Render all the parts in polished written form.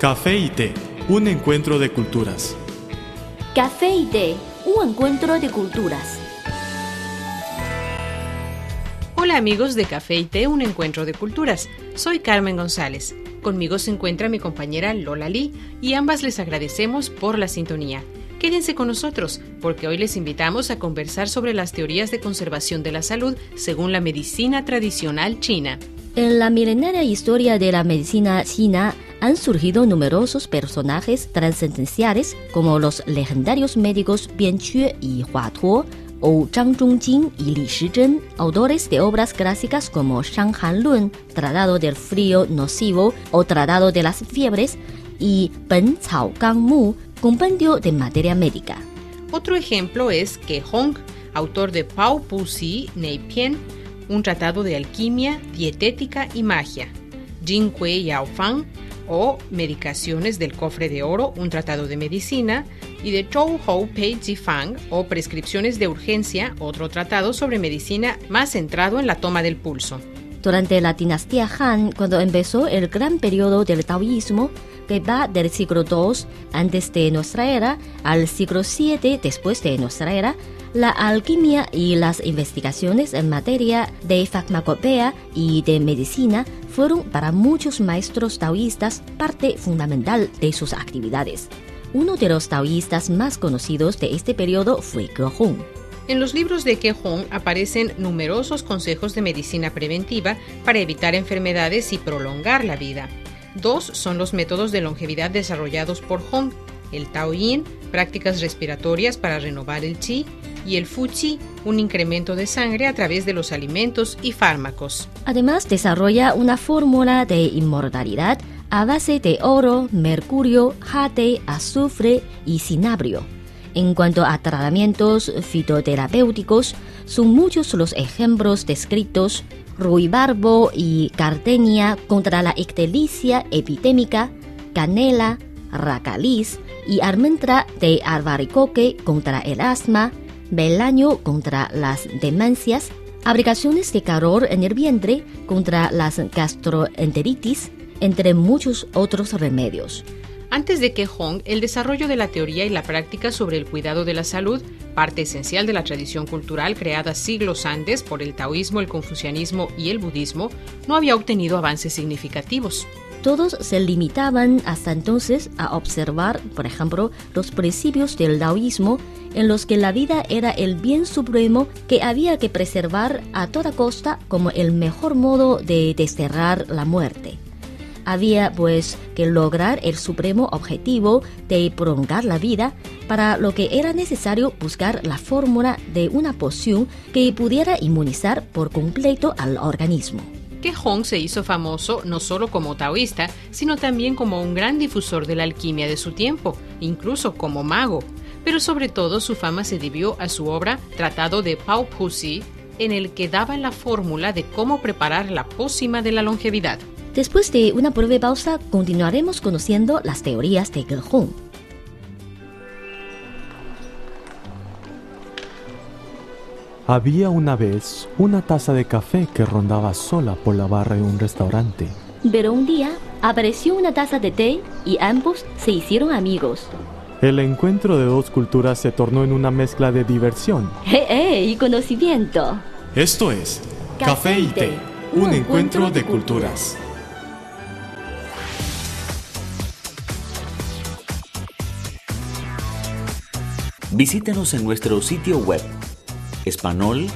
Café y té, un encuentro de culturas. Café y té, un encuentro de culturas. Hola amigos de Café y té, un encuentro de culturas. Soy Carmen González. Conmigo se encuentra mi compañera Lola Lee y ambas les agradecemos por la sintonía. Quédense con nosotros porque hoy les invitamos a conversar sobre las teorías de conservación de la salud según la medicina tradicional china. En la milenaria historia de la medicina china han surgido numerosos personajes trascendenciales como los legendarios médicos Bian Que y Hua Tuo, o Zhang Zhongjing y Li Shizhen, autores de obras clásicas como伤寒论, Tratado del Frío Nocivo o Tratado de las Fiebres, y Pen Cao Gang Mu, compendio de materia médica. Otro ejemplo es Ke Hong, autor de Pao Pu Si Nei Pian, un tratado de alquimia, dietética y magia. Jin Kui Yao Fang, o Medicaciones del Cofre de Oro, un tratado de medicina, y de Zhou Hou Pei Ji Fang, o Prescripciones de Urgencia, otro tratado sobre medicina más centrado en la toma del pulso. Durante la dinastía Han, cuando empezó el gran periodo del taoísmo, que va del siglo II antes de nuestra era al siglo VII después de nuestra era, la alquimia y las investigaciones en materia de farmacopea y de medicina fueron para muchos maestros taoístas parte fundamental de sus actividades. Uno de los taoístas más conocidos de este periodo fue Ke Hong. En los libros de Ke Hong aparecen numerosos consejos de medicina preventiva para evitar enfermedades y prolongar la vida. Dos son los métodos de longevidad desarrollados por Hong: el Tao Yin, prácticas respiratorias para renovar el Qi, y el Fu Qi, un incremento de sangre a través de los alimentos y fármacos. Además, desarrolla una fórmula de inmortalidad a base de oro, mercurio, jade, azufre y cinabrio. En cuanto a tratamientos fitoterapéuticos, son muchos los ejemplos descritos: ruibarbo y gardenia contra la ictericia epidémica, canela, racaliz y almendra de albaricoque contra el asma, belaño contra las demencias, aplicaciones de calor en el vientre contra las gastroenteritis, entre muchos otros remedios. Antes de Ke Hong, el desarrollo de la teoría y la práctica sobre el cuidado de la salud, parte esencial de la tradición cultural creada siglos antes por el taoísmo, el confucianismo y el budismo, no había obtenido avances significativos. Todos se limitaban hasta entonces a observar, por ejemplo, los principios del taoísmo, en los que la vida era el bien supremo que había que preservar a toda costa como el mejor modo de desterrar la muerte. Había, pues, que lograr el supremo objetivo de prolongar la vida, para lo que era necesario buscar la fórmula de una poción que pudiera inmunizar por completo al organismo. Ke Hong se hizo famoso no solo como taoísta, sino también como un gran difusor de la alquimia de su tiempo, incluso como mago. Pero sobre todo su fama se debió a su obra Tratado de Pao Pu Si, en el que daba la fórmula de cómo preparar la pócima de la longevidad. Después de una breve pausa, continuaremos conociendo las teorías de Ke Hong. Había una vez una taza de café que rondaba sola por la barra de un restaurante. Pero un día apareció una taza de té y ambos se hicieron amigos. El encuentro de dos culturas se tornó en una mezcla de diversión y conocimiento. Esto es Café y té, un encuentro de culturas. Visítenos en nuestro sitio web espanol.cri.cn.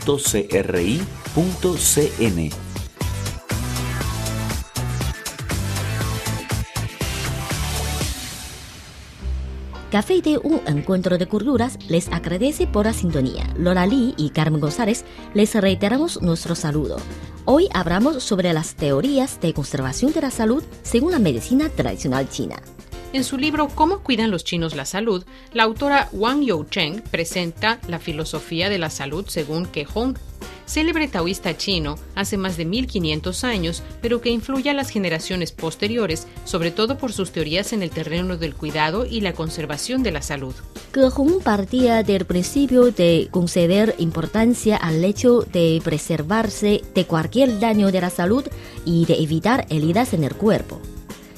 Café y té, un encuentro de culturas, les agradece por la sintonía. Lola Lee y Carmen González les reiteramos nuestro saludo. Hoy hablamos sobre las teorías de conservación de la salud según la medicina tradicional china. En su libro ¿Cómo cuidan los chinos la salud?, la autora Wang Youcheng presenta la filosofía de la salud según Ke Hong, célebre taoísta chino hace más de 1500 años, pero que influye a las generaciones posteriores, sobre todo por sus teorías en el terreno del cuidado y la conservación de la salud. Ke Hong partía del principio de conceder importancia al hecho de preservarse de cualquier daño de la salud y de evitar heridas en el cuerpo.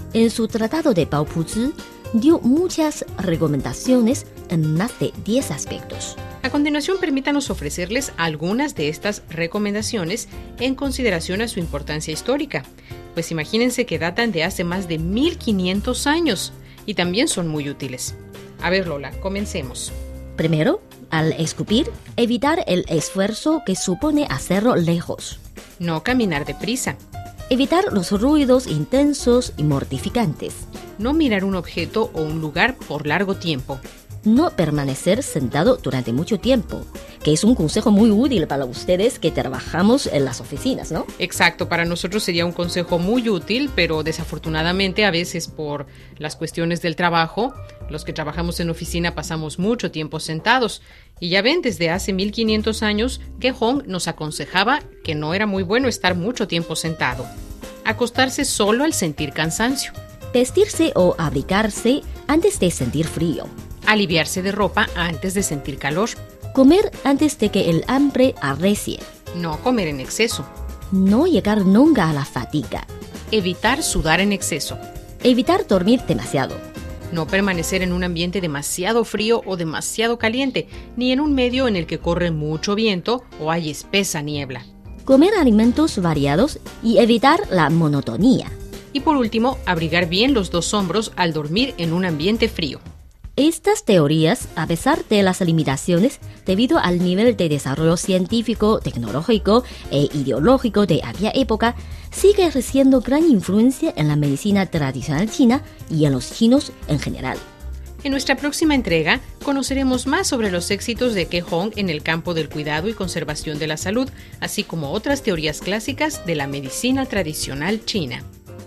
En su tratado de Baopuzi, dio muchas recomendaciones en más de 10 aspectos. A continuación, permítanos ofrecerles algunas de estas recomendaciones en consideración a su importancia histórica. Pues imagínense que datan de hace más de 1500 años y también son muy útiles. A ver, Lola, comencemos. Primero, al escupir, evitar el esfuerzo que supone hacerlo lejos. No caminar deprisa. Evitar los ruidos intensos y mortificantes. No mirar un objeto o un lugar por largo tiempo. No permanecer sentado durante mucho tiempo, que es un consejo muy útil para ustedes que trabajamos en las oficinas, ¿no? Exacto, para nosotros sería un consejo muy útil, pero desafortunadamente a veces por las cuestiones del trabajo, los que trabajamos en oficina pasamos mucho tiempo sentados. Y ya ven, desde hace 1500 años que Hong nos aconsejaba que no era muy bueno estar mucho tiempo sentado. Acostarse solo al sentir cansancio. Vestirse o abrigarse antes de sentir frío. Aliviarse de ropa antes de sentir calor. Comer antes de que el hambre arrecie. No comer en exceso. No llegar nunca a la fatiga. Evitar sudar en exceso. Evitar dormir demasiado. No permanecer en un ambiente demasiado frío o demasiado caliente, ni en un medio en el que corre mucho viento o hay espesa niebla. Comer alimentos variados y evitar la monotonía. Y por último, abrigar bien los dos hombros al dormir en un ambiente frío. Estas teorías, a pesar de las limitaciones debido al nivel de desarrollo científico, tecnológico e ideológico de aquella época, sigue ejerciendo gran influencia en la medicina tradicional china y en los chinos en general. En nuestra próxima entrega conoceremos más sobre los éxitos de Ke Hong en el campo del cuidado y conservación de la salud, así como otras teorías clásicas de la medicina tradicional china.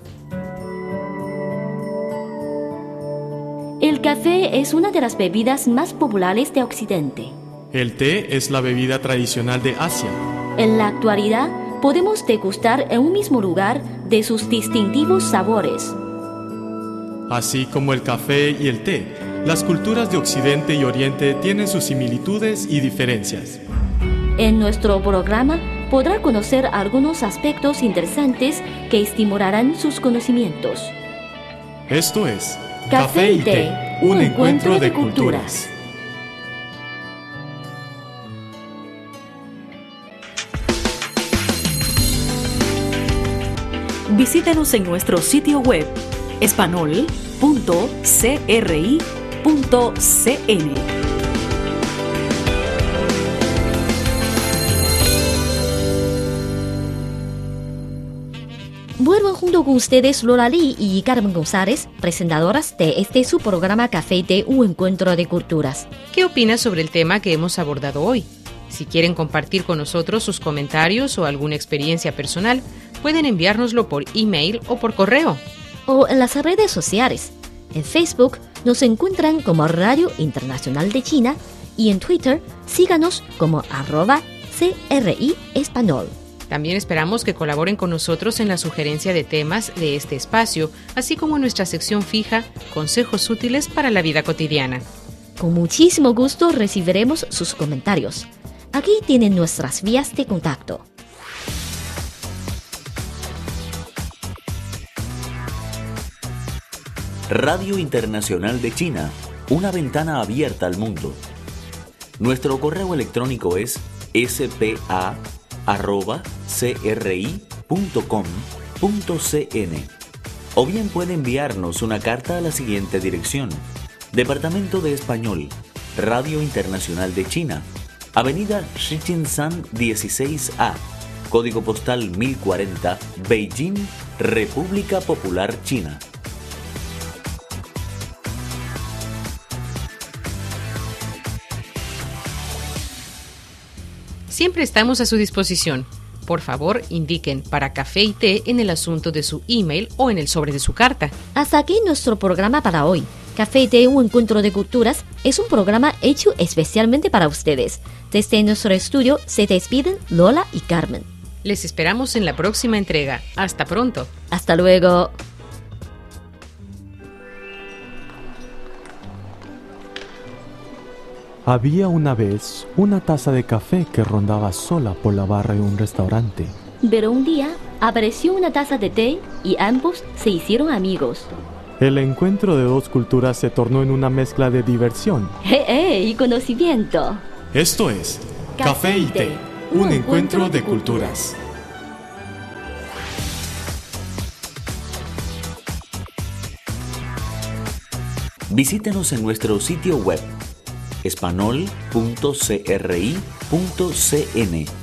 El café es una de las bebidas más populares de Occidente. El té es la bebida tradicional de Asia. En la actualidad, podemos degustar en un mismo lugar de sus distintivos sabores. Así como el café y el té, las culturas de Occidente y Oriente tienen sus similitudes y diferencias. En nuestro programa podrá conocer algunos aspectos interesantes que estimularán sus conocimientos. Esto es Café y Té, un encuentro de culturas. Visítenos en nuestro sitio web espanol.cri.cn. Vuelvo junto con ustedes Lola Lee y Carmen González, presentadoras de este su programa Café y Té, un encuentro de culturas. ¿Qué opinas sobre el tema que hemos abordado hoy? Si quieren compartir con nosotros sus comentarios o alguna experiencia personal, pueden enviárnoslo por email o por correo. O en las redes sociales. En Facebook nos encuentran como Radio Internacional de China y en Twitter síganos como @CRI Español. También esperamos que colaboren con nosotros en la sugerencia de temas de este espacio, así como en nuestra sección fija Consejos útiles para la vida cotidiana. Con muchísimo gusto recibiremos sus comentarios. Aquí tienen nuestras vías de contacto. Radio Internacional de China, una ventana abierta al mundo. Nuestro correo electrónico es spa@cri.com.cn o bien puede enviarnos una carta a la siguiente dirección: Departamento de Español, Radio Internacional de China, Avenida Shijinshan 16A, Código Postal 1040, Beijing, República Popular China. Siempre estamos a su disposición. Por favor, indiquen para café y té en el asunto de su email o en el sobre de su carta. Hasta aquí nuestro programa para hoy. Café y Té, un encuentro de culturas, es un programa hecho especialmente para ustedes. Desde nuestro estudio se despiden Lola y Carmen. Les esperamos en la próxima entrega. Hasta pronto. Hasta luego. Había una vez una taza de café que rondaba sola por la barra de un restaurante. Pero un día Apareció una taza de té y ambos se hicieron amigos. El encuentro de dos culturas se tornó en una mezcla de diversión. Y conocimiento. Esto es Café y Té, un encuentro de culturas. Visítenos en nuestro sitio web espanol.cri.cn